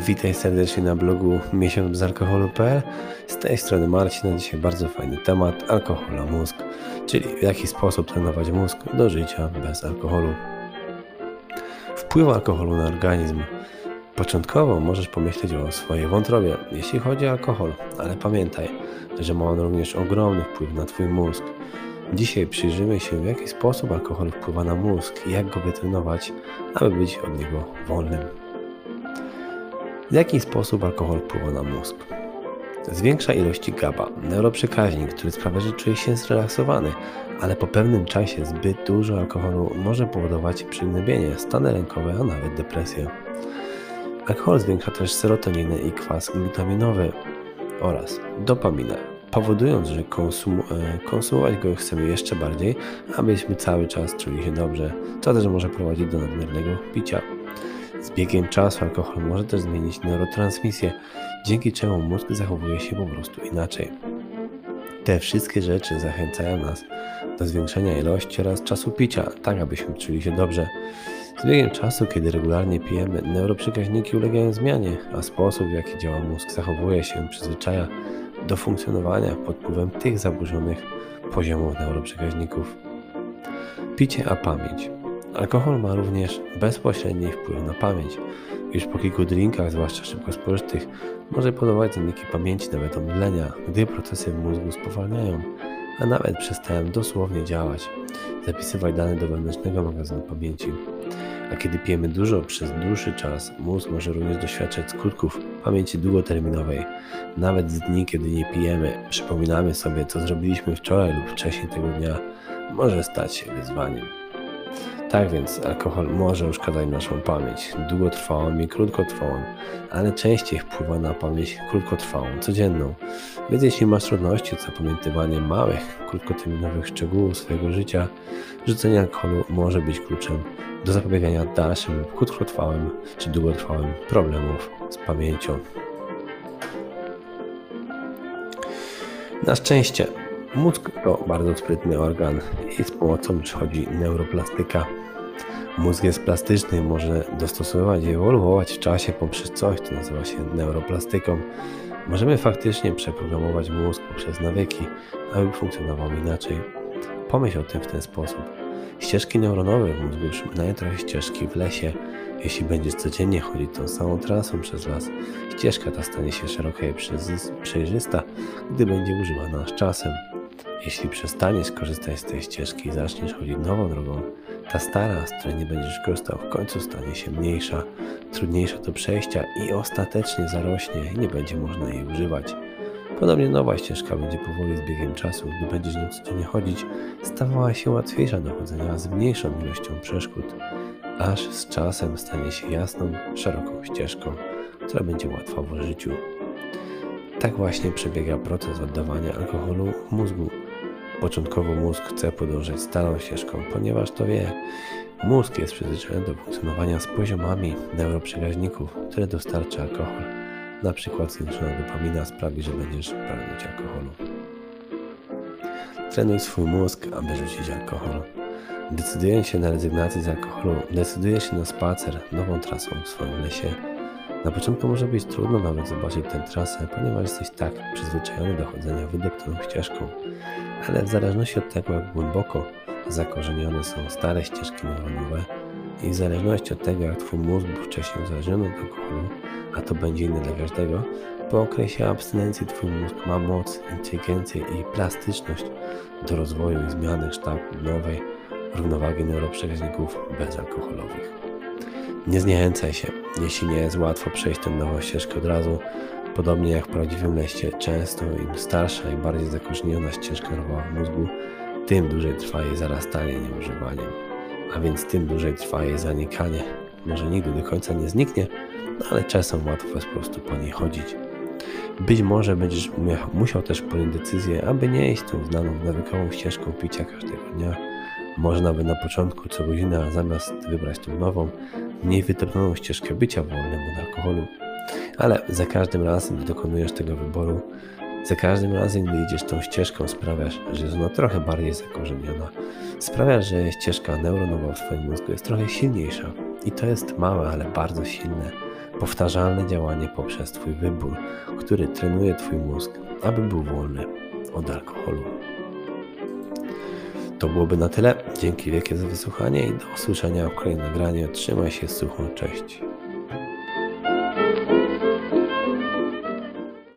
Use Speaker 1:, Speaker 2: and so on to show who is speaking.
Speaker 1: Witaj serdecznie na blogu miesiączbezalkoholu.pl. Z tej strony Marcin, na dzisiaj bardzo fajny temat: alkohol a mózg, czyli w jaki sposób trenować mózg do życia bez alkoholu. Wpływ alkoholu na organizm. Początkowo możesz pomyśleć o swojej wątrobie, jeśli chodzi o alkohol, ale pamiętaj, że ma on również ogromny wpływ na Twój mózg. Dzisiaj przyjrzymy się, w jaki sposób alkohol wpływa na mózg i jak go wytrenować, aby być od niego wolnym. W jaki sposób alkohol wpływa na mózg? Zwiększa ilości GABA, neuroprzekaźnik, który sprawia, że czujesz się zrelaksowany, ale po pewnym czasie zbyt dużo alkoholu może powodować przygnębienie, stany lękowe, a nawet depresję. Alkohol zwiększa też serotoninę i kwas glutaminowy oraz dopaminę, powodując, że konsumować go chcemy jeszcze bardziej, abyśmy cały czas czuli się dobrze, co też może prowadzić do nadmiernego picia. Z biegiem czasu alkohol może też zmienić neurotransmisję, dzięki czemu mózg zachowuje się po prostu inaczej. Te wszystkie rzeczy zachęcają nas do zwiększenia ilości oraz czasu picia, tak abyśmy czuli się dobrze. Z biegiem czasu, kiedy regularnie pijemy, neuroprzekaźniki ulegają zmianie, a sposób, w jaki działa mózg, zachowuje się, przyzwyczaja do funkcjonowania pod wpływem tych zaburzonych poziomów neuroprzekaźników. Picie a pamięć. Alkohol ma również bezpośredni wpływ na pamięć. Już po kilku drinkach, zwłaszcza szybko spożytych, może powodować zaniki pamięci, nawet omdlenia, gdy procesy w mózgu spowalniają, a nawet przestają dosłownie działać, zapisywać dane do wewnętrznego magazynu pamięci. A kiedy pijemy dużo przez dłuższy czas, mózg może również doświadczać skutków pamięci długoterminowej. Nawet z dni, kiedy nie pijemy, przypominamy sobie, co zrobiliśmy wczoraj lub wcześniej tego dnia, może stać się wyzwaniem. Tak więc alkohol może uszkadzać naszą pamięć długotrwałą i krótkotrwałą, ale częściej wpływa na pamięć krótkotrwałą, codzienną. Więc jeśli masz trudności z zapamiętywaniem małych, krótkoterminowych szczegółów swojego życia, rzucenie alkoholu może być kluczem do zapobiegania dalszym lub krótkotrwałym czy długotrwałym problemów z pamięcią. Na szczęście mózg to bardzo sprytny organ i z pomocą przychodzi neuroplastyka. Mózg jest plastyczny, może dostosowywać i ewoluować w czasie poprzez coś, co nazywa się neuroplastyką. Możemy faktycznie przeprogramować mózg poprzez nawyki, aby funkcjonował inaczej. Pomyśl o tym w ten sposób. Ścieżki neuronowe w mózgu przypominają trochę ścieżki w lesie. Jeśli będziesz codziennie chodzić tą samą trasą przez las, ścieżka ta stanie się szeroka i przejrzysta, gdy będzie używana z czasem. Jeśli przestaniesz korzystać z tej ścieżki i zaczniesz chodzić nową drogą, ta stara, z której nie będziesz korzystał, w końcu stanie się mniejsza, trudniejsza do przejścia i ostatecznie zarośnie i nie będzie można jej używać. Podobnie nowa ścieżka będzie powoli z biegiem czasu, gdy będziesz nią codziennie chodzić, stawała się łatwiejsza do chodzenia z mniejszą ilością przeszkód, aż z czasem stanie się jasną, szeroką ścieżką, która będzie łatwa w życiu. Tak właśnie przebiega proces oddawania alkoholu w mózgu. Początkowo mózg chce podążać starą ścieżką, ponieważ to wie. Mózg jest przyzwyczajony do funkcjonowania z poziomami neuroprzekaźników, które dostarcza alkohol. Na przykład zwiększona dopamina sprawi, że będziesz pragnąć alkoholu. Trenuj swój mózg, aby rzucić alkohol. Decydując się na rezygnację z alkoholu, decydujesz się na spacer nową trasą w swoim lesie. Na początku może być trudno nawet zobaczyć tę trasę, ponieważ jesteś tak przyzwyczajony do chodzenia wydeptaną ścieżką, ale w zależności od tego, jak głęboko zakorzenione są stare ścieżki neuronowe i w zależności od tego, jak Twój mózg był wcześniej uzależniony od alkoholu, a to będzie inne dla każdego, po okresie abstynencji Twój mózg ma moc, inteligencję i plastyczność do rozwoju i zmiany kształtu nowej równowagi neuroprzekaźników bezalkoholowych. Nie zniechęcaj się, jeśli nie jest łatwo przejść tę nową ścieżkę od razu. Podobnie jak w prawdziwym leście, często im starsza i bardziej zakorzeniona ścieżka neurowa w mózgu, tym dłużej trwa jej zarastanie nieużywaniem, a więc tym dłużej trwa jej zanikanie. Może nigdy do końca nie zniknie, ale czasem łatwo jest po prostu po niej chodzić. Być może będziesz musiał też podjąć decyzję, aby nie iść tą znaną, nawykową ścieżką picia każdego dnia. Może nawet na początku co godzina, zamiast wybrać tą nową, mniej wytropioną ścieżkę bycia wolnym od alkoholu. Ale za każdym razem, gdy dokonujesz tego wyboru, za każdym razem, gdy idziesz tą ścieżką, sprawiasz, że jest ona trochę bardziej zakorzeniona. Sprawiasz, że ścieżka neuronowa w Twoim mózgu jest trochę silniejsza. I to jest małe, ale bardzo silne, powtarzalne działanie poprzez Twój wybór, który trenuje Twój mózg, aby był wolny od alkoholu. To byłoby na tyle. Dzięki wielkie za wysłuchanie i do usłyszenia w kolejnym nagraniu. Trzymaj się, sucho, cześć.